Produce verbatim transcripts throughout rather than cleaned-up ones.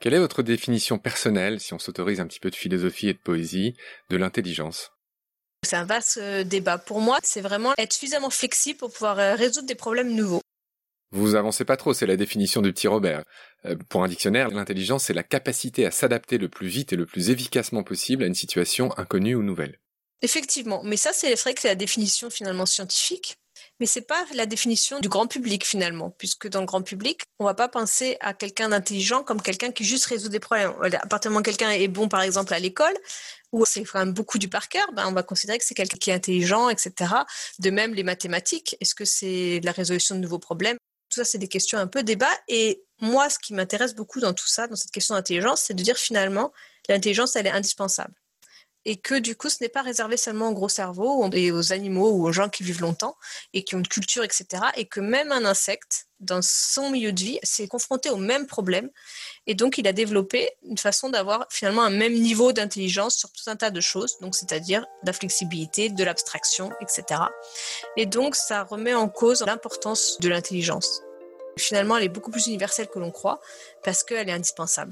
Quelle est votre définition personnelle, si on s'autorise un petit peu de philosophie et de poésie, de l'intelligence ? C'est un vaste euh, débat. Pour moi, c'est vraiment être suffisamment flexible pour pouvoir euh, résoudre des problèmes nouveaux. Vous avancez pas trop, c'est la définition du petit Robert. Euh, pour un dictionnaire, l'intelligence, c'est la capacité à s'adapter le plus vite et le plus efficacement possible à une situation inconnue ou nouvelle. Effectivement, mais ça, c'est vrai que c'est la définition finalement scientifique, mais c'est pas la définition du grand public finalement, puisque dans le grand public, on va pas penser à quelqu'un d'intelligent comme quelqu'un qui juste résout des problèmes. À partir du moment où quelqu'un est bon, par exemple, à l'école, où c'est quand même beaucoup du par cœur, ben, on va considérer que c'est quelqu'un qui est intelligent, et cetera. De même, les mathématiques, est-ce que c'est de la résolution de nouveaux problèmes ? Tout ça, c'est des questions un peu débat. Et moi, ce qui m'intéresse beaucoup dans tout ça, dans cette question d'intelligence, c'est de dire finalement, l'intelligence, elle est indispensable. Et que du coup, ce n'est pas réservé seulement aux gros cerveaux et aux animaux ou aux gens qui vivent longtemps et qui ont une culture, et cetera. Et que même un insecte, dans son milieu de vie, s'est confronté au même problème. Et donc, il a développé une façon d'avoir finalement un même niveau d'intelligence sur tout un tas de choses, donc c'est-à-dire de la flexibilité, de l'abstraction, et cetera. Et donc, ça remet en cause l'importance de l'intelligence. Finalement, elle est beaucoup plus universelle que l'on croit parce qu'elle est indispensable.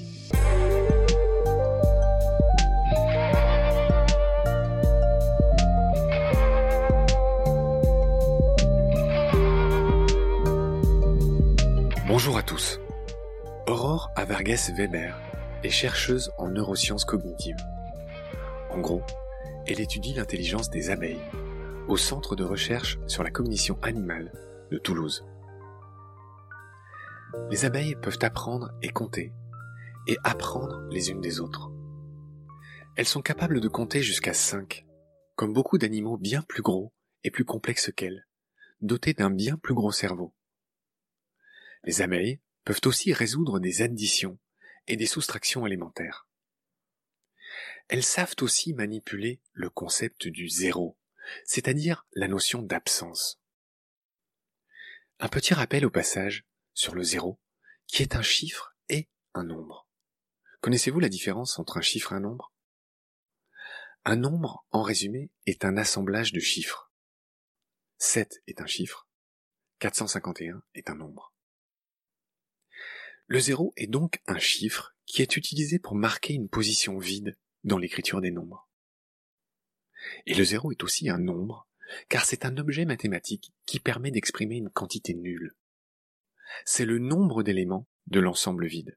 Bonjour à tous. Aurore Averghese-Weber est chercheuse en neurosciences cognitives. En gros, elle étudie l'intelligence des abeilles au Centre de recherche sur la cognition animale de Toulouse. Les abeilles peuvent apprendre et compter, et apprendre les unes des autres. Elles sont capables de compter jusqu'à cinq, comme beaucoup d'animaux bien plus gros et plus complexes qu'elles, dotés d'un bien plus gros cerveau. Les abeilles peuvent aussi résoudre des additions et des soustractions élémentaires. Elles savent aussi manipuler le concept du zéro, c'est-à-dire la notion d'absence. Un petit rappel au passage sur le zéro, qui est un chiffre et un nombre. Connaissez-vous la différence entre un chiffre et un nombre ? Un nombre, en résumé, est un assemblage de chiffres. sept est un chiffre, quatre cent cinquante et un est un nombre. Le zéro est donc un chiffre qui est utilisé pour marquer une position vide dans l'écriture des nombres. Et le zéro est aussi un nombre, car c'est un objet mathématique qui permet d'exprimer une quantité nulle. C'est le nombre d'éléments de l'ensemble vide.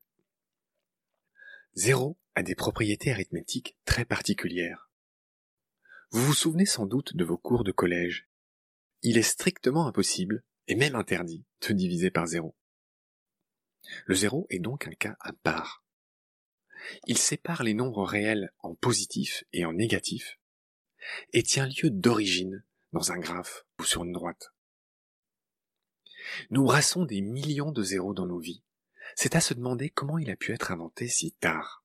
Zéro a des propriétés arithmétiques très particulières. Vous vous souvenez sans doute de vos cours de collège. Il est strictement impossible, et même interdit, de diviser par zéro. Le zéro est donc un cas à part. Il sépare les nombres réels en positif et en négatif, et tient lieu d'origine dans un graphe ou sur une droite. Nous brassons des millions de zéros dans nos vies. C'est à se demander comment il a pu être inventé si tard.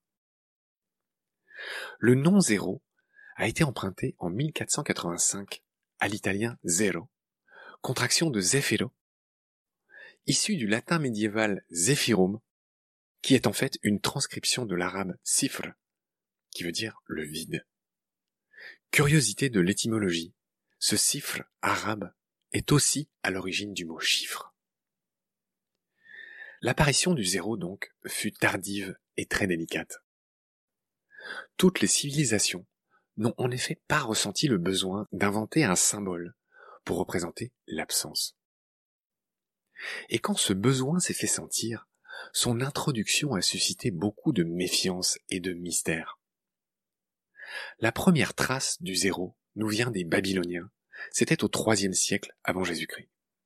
Le nom zéro a été emprunté en mille quatre cent quatre-vingt-cinq à l'italien zero, contraction de zéphiro, issu du latin médiéval zephyrum, qui est en fait une transcription de l'arabe sifr, qui veut dire le vide. Curiosité de l'étymologie, ce sifr arabe est aussi à l'origine du mot chiffre. L'apparition du zéro, donc, fut tardive et très délicate. Toutes les civilisations n'ont en effet pas ressenti le besoin d'inventer un symbole pour représenter l'absence. Et quand ce besoin s'est fait sentir, son introduction a suscité beaucoup de méfiance et de mystère. La première trace du zéro nous vient des Babyloniens, c'était au troisième siècle avant Jésus-Christ.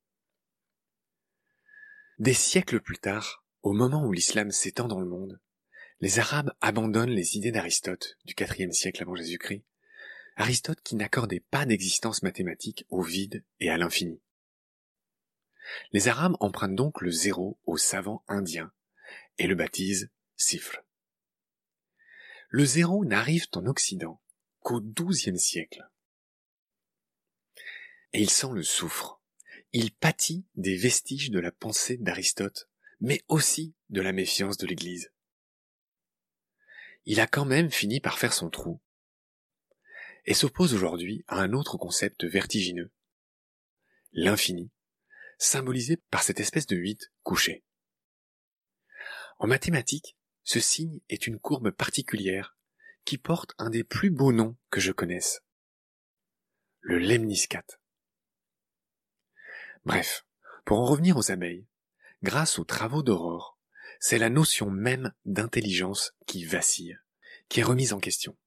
Des siècles plus tard, au moment où l'islam s'étend dans le monde, les Arabes abandonnent les idées d'Aristote du quatrième siècle avant Jésus-Christ, Aristote qui n'accordait pas d'existence mathématique au vide et à l'infini. Les Arabes empruntent donc le zéro aux savants indiens et le baptisent Sifr. Le zéro n'arrive en Occident qu'au douzième siècle. Et il sent le soufre. Il pâtit des vestiges de la pensée d'Aristote, mais aussi de la méfiance de l'Église. Il a quand même fini par faire son trou, et s'oppose aujourd'hui à un autre concept vertigineux, l'infini, symbolisé par cette espèce de huit couché. En mathématiques, Ce signe est une courbe particulière qui porte un des plus beaux noms que je connaisse. Le lemniscate. Bref, pour en revenir aux abeilles, grâce aux travaux d'Aurore, c'est la notion même d'intelligence qui vacille, qui est remise en question.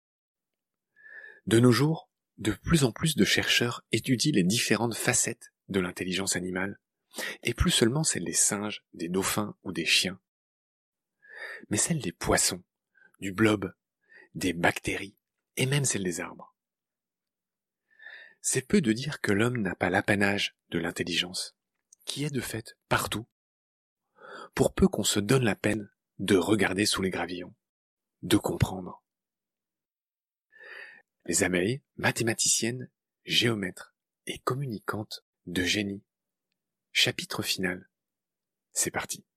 De nos jours, de plus en plus de chercheurs étudient les différentes facettes de l'intelligence animale, et plus seulement celle des singes, des dauphins ou des chiens, mais celle des poissons, du blob, des bactéries, et même celle des arbres. C'est peu de dire que l'homme n'a pas l'apanage de l'intelligence, qui est de fait partout, pour peu qu'on se donne la peine de regarder sous les gravillons, de comprendre. Les abeilles, mathématiciennes, géomètres et communicantes de génie. Chapitre final. C'est parti.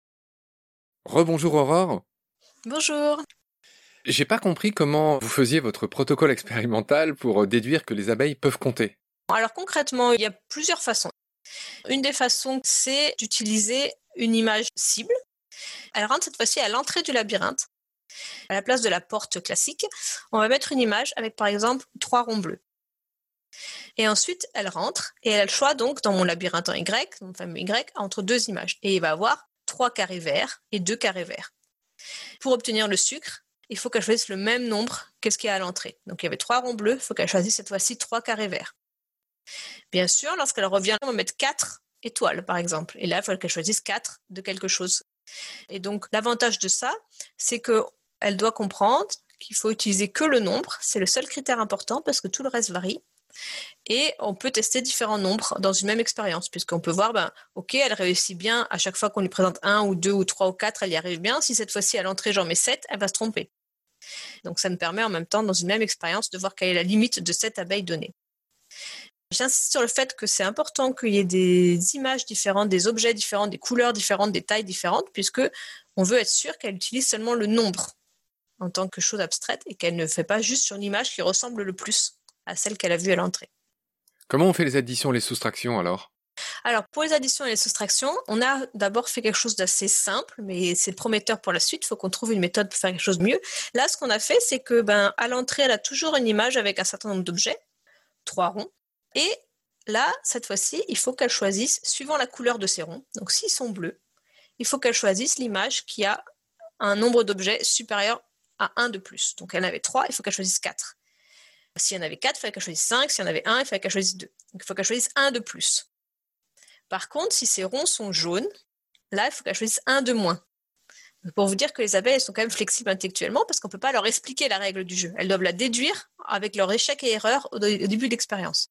Rebonjour Aurore. Bonjour. J'ai pas compris comment vous faisiez votre protocole expérimental pour déduire que les abeilles peuvent compter. Alors concrètement, il y a plusieurs façons. Une des façons, c'est d'utiliser une image cible. Elle rentre cette fois-ci à l'entrée du labyrinthe. À la place de la porte classique, on va mettre une image avec par exemple trois ronds bleus. Et ensuite, elle rentre et elle a le choix donc dans mon labyrinthe en Y, mon fameux Y, entre deux images. Et il va avoir trois carrés verts et deux carrés verts. Pour obtenir le sucre, il faut qu'elle choisisse le même nombre qu'est-ce qu'il y a à l'entrée. Donc il y avait trois ronds bleus, il faut qu'elle choisisse cette fois-ci trois carrés verts. Bien sûr, lorsqu'elle revient, on va mettre quatre étoiles par exemple. Et là, il faut qu'elle choisisse quatre de quelque chose. Et donc l'avantage de ça, c'est qu'elle doit comprendre qu'il faut utiliser que le nombre. C'est le seul critère important parce que tout le reste varie. Et on peut tester différents nombres dans une même expérience, puisqu'on peut voir, ben, ok, elle réussit bien à chaque fois qu'on lui présente un ou deux ou trois ou quatre, elle y arrive bien. Si cette fois-ci à l'entrée j'en mets sept, elle va se tromper. Donc ça me permet en même temps, dans une même expérience, de voir quelle est la limite de cette abeille donnée. J'insiste sur le fait que c'est important qu'il y ait des images différentes, des objets différents, des couleurs différentes, des tailles différentes, puisque on veut être sûr qu'elle utilise seulement le nombre en tant que chose abstraite et qu'elle ne fait pas juste sur une image qui ressemble le plus à celle qu'elle a vue à l'entrée. Comment on fait les additions et les soustractions alors ? Alors, pour les additions et les soustractions, on a d'abord fait quelque chose d'assez simple, mais c'est prometteur pour la suite. Il faut qu'on trouve une méthode pour faire quelque chose de mieux. Là, ce qu'on a fait, c'est que, ben, à l'entrée, elle a toujours une image avec un certain nombre d'objets, trois ronds. Et là, cette fois-ci, il faut qu'elle choisisse, suivant la couleur de ces ronds, donc s'ils sont bleus, il faut qu'elle choisisse l'image qui a un nombre d'objets supérieur à un de plus. Donc, elle en avait trois, il faut qu'elle choisisse quatre. S'il y en avait quatre, il fallait qu'elle choisisse cinq. S'il y en avait un, il fallait qu'elle choisisse deux. Donc, il faut qu'elle choisisse un de plus. Par contre, si ces ronds sont jaunes, là, il faut qu'elle choisisse un de moins. Pour vous dire que les abeilles, elles sont quand même flexibles intellectuellement parce qu'on ne peut pas leur expliquer la règle du jeu. Elles doivent la déduire avec leur échec et erreur au, au début de l'expérience.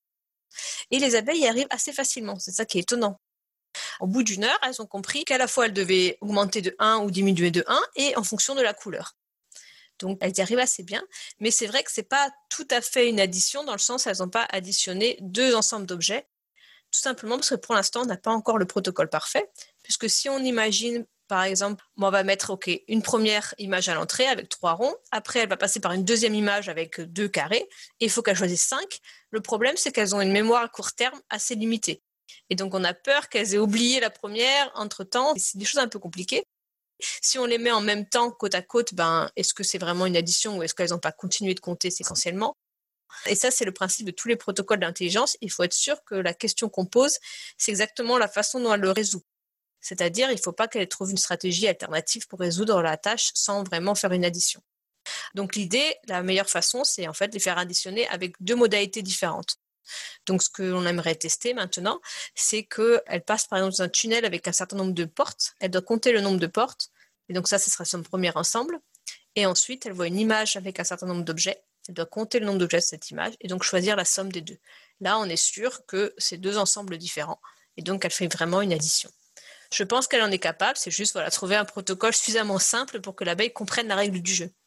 Et les abeilles y arrivent assez facilement. C'est ça qui est étonnant. Au bout d'une heure, elles ont compris qu'à la fois, elles devaient augmenter de un ou diminuer de un et en fonction de la couleur. Donc, elles y arrivent assez bien. Mais c'est vrai que ce n'est pas tout à fait une addition dans le sens où elles n'ont pas additionné deux ensembles d'objets. Tout simplement parce que pour l'instant, on n'a pas encore le protocole parfait. Puisque si on imagine, par exemple, on va mettre okay, une première image à l'entrée avec trois ronds. Après, elle va passer par une deuxième image avec deux carrés. Et il faut qu'elle choisisse cinq. Le problème, c'est qu'elles ont une mémoire à court terme assez limitée. Et donc, on a peur qu'elles aient oublié la première entre-temps. C'est des choses un peu compliquées. Si on les met en même temps, côte à côte, ben, est-ce que c'est vraiment une addition ou est-ce qu'elles n'ont pas continué de compter séquentiellement ? Et ça, c'est le principe de tous les protocoles d'intelligence. Il faut être sûr que la question qu'on pose, c'est exactement la façon dont elle le résout. C'est-à-dire, il ne faut pas qu'elle trouve une stratégie alternative pour résoudre la tâche sans vraiment faire une addition. Donc l'idée, la meilleure façon, c'est en fait de les faire additionner avec deux modalités différentes. Donc ce que l'on aimerait tester maintenant, c'est qu'elle passe par exemple dans un tunnel avec un certain nombre de portes. Elle doit compter le nombre de portes. Et donc ça, ce sera son premier ensemble. Et ensuite, elle voit une image avec un certain nombre d'objets. Elle doit compter le nombre d'objets de cette image et donc choisir la somme des deux. Là, on est sûr que c'est deux ensembles différents. Et donc, elle fait vraiment une addition. Je pense qu'elle en est capable. C'est juste voilà, trouver un protocole suffisamment simple pour que l'abeille comprenne la règle du jeu.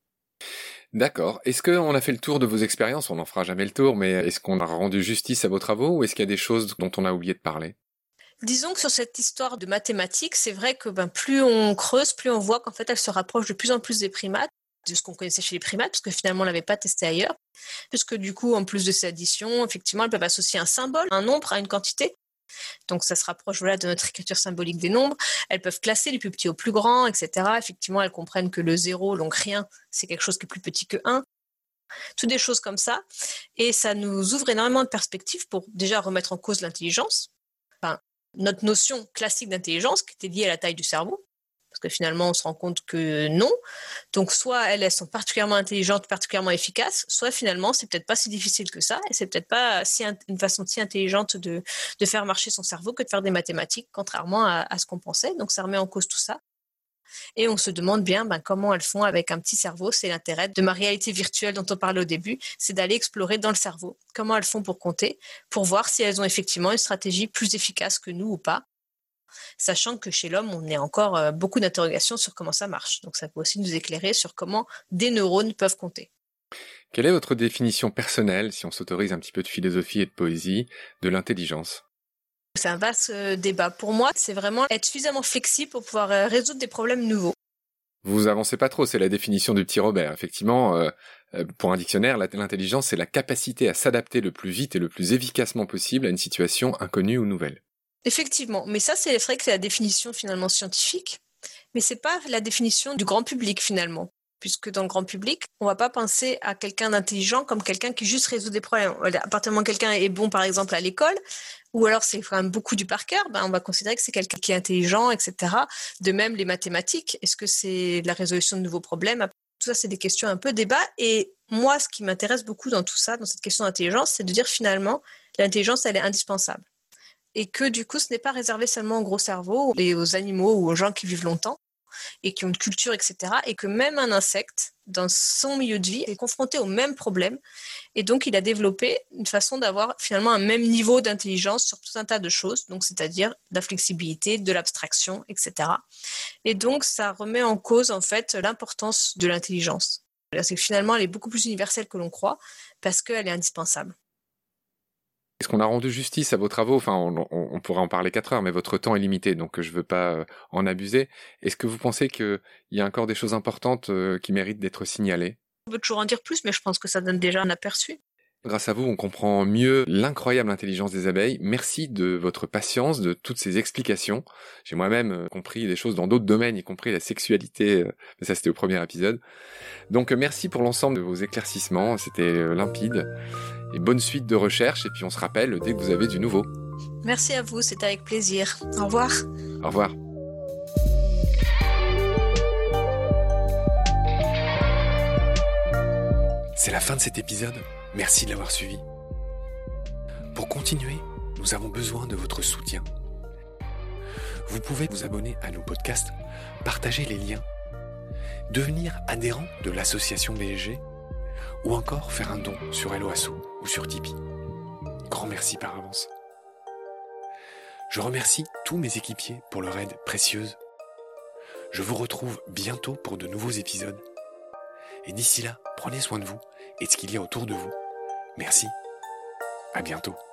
D'accord. Est-ce qu'on a fait le tour de vos expériences ? On n'en fera jamais le tour, mais est-ce qu'on a rendu justice à vos travaux ou est-ce qu'il y a des choses dont on a oublié de parler ? Disons que sur cette histoire de mathématiques, c'est vrai que ben, plus on creuse, plus on voit qu'en fait, elle se rapproche de plus en plus des primates, de ce qu'on connaissait chez les primates, parce que finalement, on ne l'avait pas testé ailleurs. Puisque du coup, en plus de ces additions, effectivement, elles peuvent associer un symbole, un nombre à une quantité. Donc ça se rapproche voilà, de notre écriture symbolique des nombres. Elles peuvent classer les plus petits au plus grand, et cetera. Effectivement, elles comprennent que le zéro, donc rien, c'est quelque chose qui est plus petit que un. Toutes des choses comme ça. Et ça nous ouvre énormément de perspectives pour déjà remettre en cause l'intelligence. Enfin, notre notion classique d'intelligence qui était liée à la taille du cerveau. Parce que finalement, on se rend compte que non. Donc, soit elles, elles sont particulièrement intelligentes, particulièrement efficaces, soit finalement, c'est peut-être pas si difficile que ça, et c'est peut-être pas si, une façon si intelligente de, de faire marcher son cerveau que de faire des mathématiques, contrairement à, à ce qu'on pensait. Donc, ça remet en cause tout ça. Et on se demande bien ben, comment elles font avec un petit cerveau. C'est l'intérêt de ma réalité virtuelle dont on parlait au début, c'est d'aller explorer dans le cerveau comment elles font pour compter, pour voir si elles ont effectivement une stratégie plus efficace que nous ou pas. Sachant que chez l'homme, on a encore euh, beaucoup d'interrogations sur comment ça marche. Donc ça peut aussi nous éclairer sur comment des neurones peuvent compter. Quelle est votre définition personnelle, si on s'autorise un petit peu de philosophie et de poésie, de l'intelligence ? C'est un vaste euh, débat. Pour moi, c'est vraiment être suffisamment flexible pour pouvoir euh, résoudre des problèmes nouveaux. Vous avancez pas trop, c'est la définition du petit Robert. Effectivement, euh, pour un dictionnaire, l'intelligence, c'est la capacité à s'adapter le plus vite et le plus efficacement possible à une situation inconnue ou nouvelle. Effectivement, mais ça, c'est vrai que c'est la définition finalement scientifique, mais c'est pas la définition du grand public finalement, puisque dans le grand public, on va pas penser à quelqu'un d'intelligent comme quelqu'un qui juste résout des problèmes. À partir du moment où quelqu'un est bon, par exemple, à l'école, ou alors c'est quand même beaucoup du par cœur, ben on va considérer que c'est quelqu'un qui est intelligent, et cetera. De même, les mathématiques, est-ce que c'est la résolution de nouveaux problèmes ? Tout ça, c'est des questions un peu débat. Et moi, ce qui m'intéresse beaucoup dans tout ça, dans cette question d'intelligence, c'est de dire finalement, l'intelligence, elle est indispensable. Et que du coup, ce n'est pas réservé seulement au gros cerveau et aux animaux ou aux gens qui vivent longtemps et qui ont une culture, et cetera. Et que même un insecte, dans son milieu de vie, est confronté au même problème. Et donc, il a développé une façon d'avoir finalement un même niveau d'intelligence sur tout un tas de choses, donc c'est-à-dire de la flexibilité, de l'abstraction, et cetera. Et donc, ça remet en cause en fait l'importance de l'intelligence. C'est que finalement, elle est beaucoup plus universelle que l'on croit parce qu'elle est indispensable. Est-ce qu'on a rendu justice à vos travaux ? Enfin, on, on, on pourrait en parler quatre heures, mais votre temps est limité, donc je ne veux pas en abuser. Est-ce que vous pensez qu'il y a encore des choses importantes qui méritent d'être signalées ? On peut toujours en dire plus, mais je pense que ça donne déjà un aperçu. Grâce à vous, on comprend mieux l'incroyable intelligence des abeilles. Merci de votre patience, de toutes ces explications. J'ai moi-même compris des choses dans d'autres domaines, y compris la sexualité, mais ça c'était au premier épisode. Donc merci pour l'ensemble de vos éclaircissements, c'était limpide. Et bonne suite de recherche, et puis on se rappelle dès que vous avez du nouveau. Merci à vous, c'était avec plaisir. Au revoir. Au revoir. C'est la fin de cet épisode. Merci de l'avoir suivi. Pour continuer, nous avons besoin de votre soutien. Vous pouvez vous abonner à nos podcasts, partager les liens, devenir adhérent de l'association B S G ou encore faire un don sur Helloasso ou sur Tipeee. Grand merci par avance. Je remercie tous mes équipiers pour leur aide précieuse. Je vous retrouve bientôt pour de nouveaux épisodes. Et d'ici là, prenez soin de vous et de ce qu'il y a autour de vous. Merci. À bientôt.